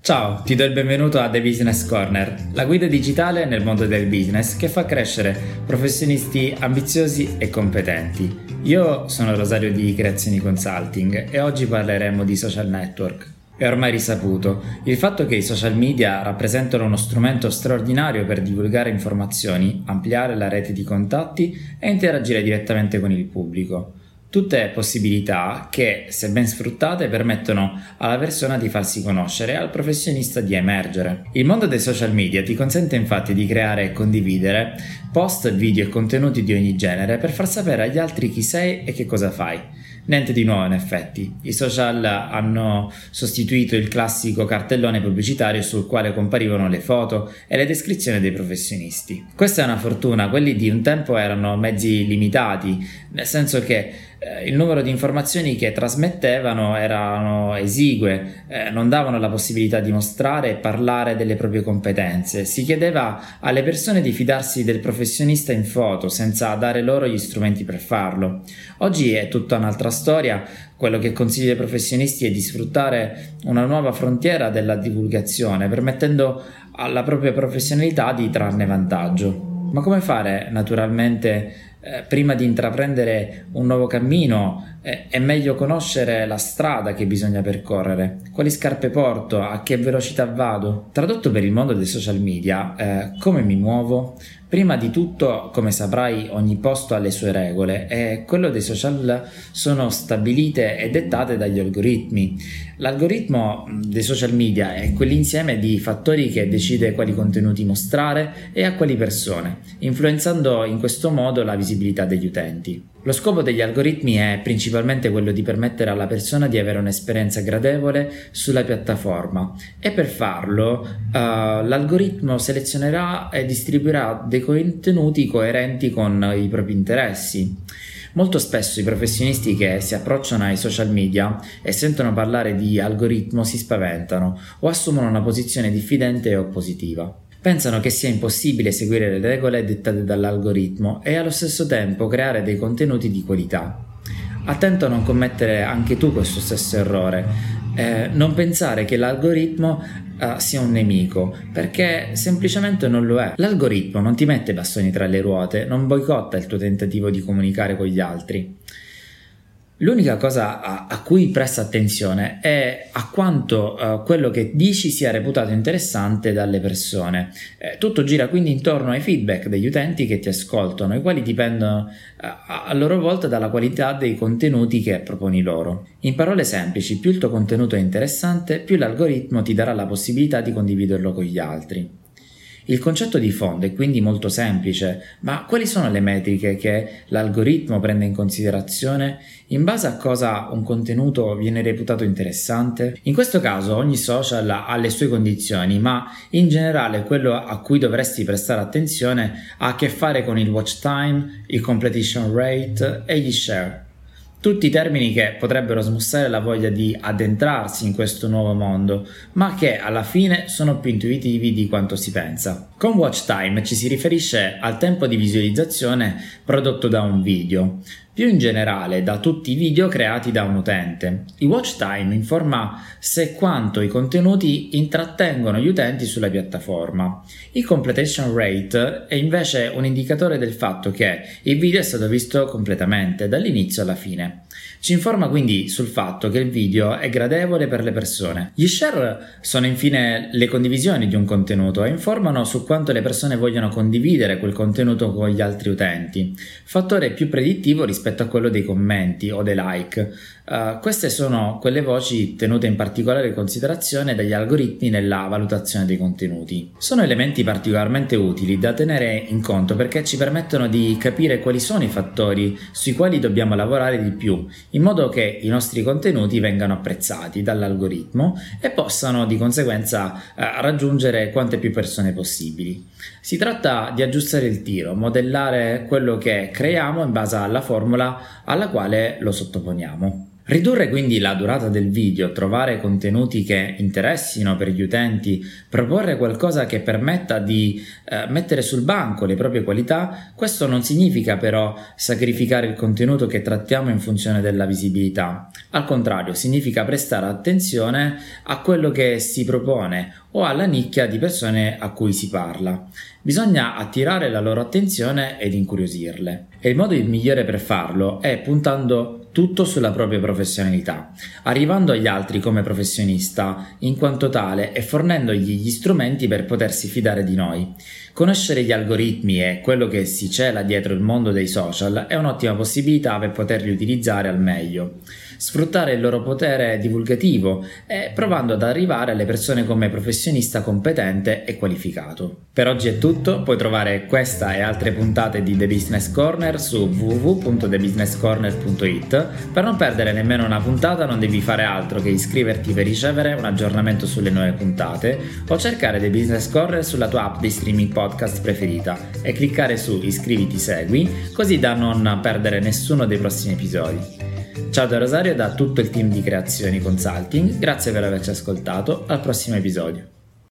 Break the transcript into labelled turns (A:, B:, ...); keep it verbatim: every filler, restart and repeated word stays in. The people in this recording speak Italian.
A: Ciao, ti do il benvenuto a The Business Corner, la guida digitale nel mondo del business che fa crescere professionisti ambiziosi e competenti. Io sono Rosario di Creazioni Consulting e oggi parleremo di social network. È ormai risaputo il fatto che i social media rappresentano uno strumento straordinario per divulgare informazioni, ampliare la rete di contatti e interagire direttamente con il pubblico. Tutte possibilità che, se ben sfruttate, permettono alla persona di farsi conoscere e al professionista di emergere. Il mondo dei social media ti consente infatti di creare e condividere post, video e contenuti di ogni genere per far sapere agli altri chi sei e che cosa fai. Niente di nuovo in effetti, i social hanno sostituito il classico cartellone pubblicitario sul quale comparivano le foto e le descrizioni dei professionisti. Questa è una fortuna, quelli di un tempo erano mezzi limitati, nel senso che eh, il numero di informazioni che trasmettevano erano esigue, eh, non davano la possibilità di mostrare e parlare delle proprie competenze. Si chiedeva alle persone di fidarsi del professionista in foto senza dare loro gli strumenti per farlo. Oggi è tutta un'altra storia. Quello che consiglio ai professionisti è di sfruttare una nuova frontiera della divulgazione, permettendo alla propria professionalità di trarne vantaggio. Ma come fare, naturalmente, eh, prima di intraprendere un nuovo cammino? Eh, è meglio conoscere la strada che bisogna percorrere, quali scarpe porto, a che velocità vado. Tradotto per il mondo dei social media, eh, come mi muovo? Prima di tutto, come saprai, ogni posto ha le sue regole e quello dei social sono stabilite e dettate dagli algoritmi. L'algoritmo dei social media è quell'insieme di fattori che decide quali contenuti mostrare e a quali persone, influenzando in questo modo la visibilità degli utenti. Lo scopo degli algoritmi è principalmente quello di permettere alla persona di avere un'esperienza gradevole sulla piattaforma e per farlo uh, l'algoritmo selezionerà e distribuirà dei contenuti coerenti con i propri interessi. Molto spesso i professionisti che si approcciano ai social media e sentono parlare di algoritmo si spaventano o assumono una posizione diffidente o oppositiva. Pensano che sia impossibile seguire le regole dettate dall'algoritmo e allo stesso tempo creare dei contenuti di qualità. Attento a non commettere anche tu questo stesso errore, eh, non pensare che l'algoritmo eh, sia un nemico, perché semplicemente non lo è. L'algoritmo non ti mette bastoni tra le ruote, non boicotta il tuo tentativo di comunicare con gli altri. L'unica cosa a, a cui presta attenzione è a quanto uh, quello che dici sia reputato interessante dalle persone. Eh, tutto gira quindi intorno ai feedback degli utenti che ti ascoltano, i quali dipendono uh, a loro volta dalla qualità dei contenuti che proponi loro. In parole semplici, più il tuo contenuto è interessante, più l'algoritmo ti darà la possibilità di condividerlo con gli altri. Il concetto di fondo è quindi molto semplice, ma quali sono le metriche che l'algoritmo prende in considerazione in base a cosa un contenuto viene reputato interessante? In questo caso ogni social ha le sue condizioni, ma in generale quello a cui dovresti prestare attenzione ha a che fare con il watch time, il completion rate e gli share. Tutti termini che potrebbero smussare la voglia di addentrarsi in questo nuovo mondo, ma che alla fine sono più intuitivi di quanto si pensa. Con watch time ci si riferisce al tempo di visualizzazione prodotto da un video, più in generale da tutti i video creati da un utente. Il watch time informa se e quanto i contenuti intrattengono gli utenti sulla piattaforma. Il completion rate è invece un indicatore del fatto che il video è stato visto completamente, dall'inizio alla fine. Ci informa quindi sul fatto che il video è gradevole per le persone. Gli share sono infine le condivisioni di un contenuto e informano su quanto le persone vogliono condividere quel contenuto con gli altri utenti, fattore più predittivo rispetto a quello dei commenti o dei like. Uh, queste sono quelle voci tenute in particolare in considerazione dagli algoritmi nella valutazione dei contenuti. Sono elementi particolarmente utili da tenere in conto perché ci permettono di capire quali sono i fattori sui quali dobbiamo lavorare di più, in modo che i nostri contenuti vengano apprezzati dall'algoritmo e possano di conseguenza uh, raggiungere quante più persone possibili. Si tratta di aggiustare il tiro, modellare quello che creiamo in base alla formula alla quale lo sottoponiamo. Ridurre quindi la durata del video, trovare contenuti che interessino per gli utenti, proporre qualcosa che permetta di eh, mettere sul banco le proprie qualità, questo non significa però sacrificare il contenuto che trattiamo in funzione della visibilità. Al contrario, significa prestare attenzione a quello che si propone o alla nicchia di persone a cui si parla. Bisogna attirare la loro attenzione ed incuriosirle. E il modo migliore per farlo è puntando tutto sulla propria professionalità, arrivando agli altri come professionista in quanto tale e fornendogli gli strumenti per potersi fidare di noi. Conoscere gli algoritmi e quello che si cela dietro il mondo dei social è un'ottima possibilità per poterli utilizzare al meglio. Sfruttare il loro potere divulgativo e provando ad arrivare alle persone come professionista competente e qualificato. Per oggi è tutto, puoi trovare questa e altre puntate di The Business Corner su w w w punto the business corner punto i t. Per non perdere nemmeno una puntata non devi fare altro che iscriverti per ricevere un aggiornamento sulle nuove puntate o cercare The Business Corner sulla tua app di streaming podcast preferita e cliccare su iscriviti segui così da non perdere nessuno dei prossimi episodi. Ciao da Rosario e da tutto il team di Creazioni Consulting, grazie per averci ascoltato, al prossimo episodio.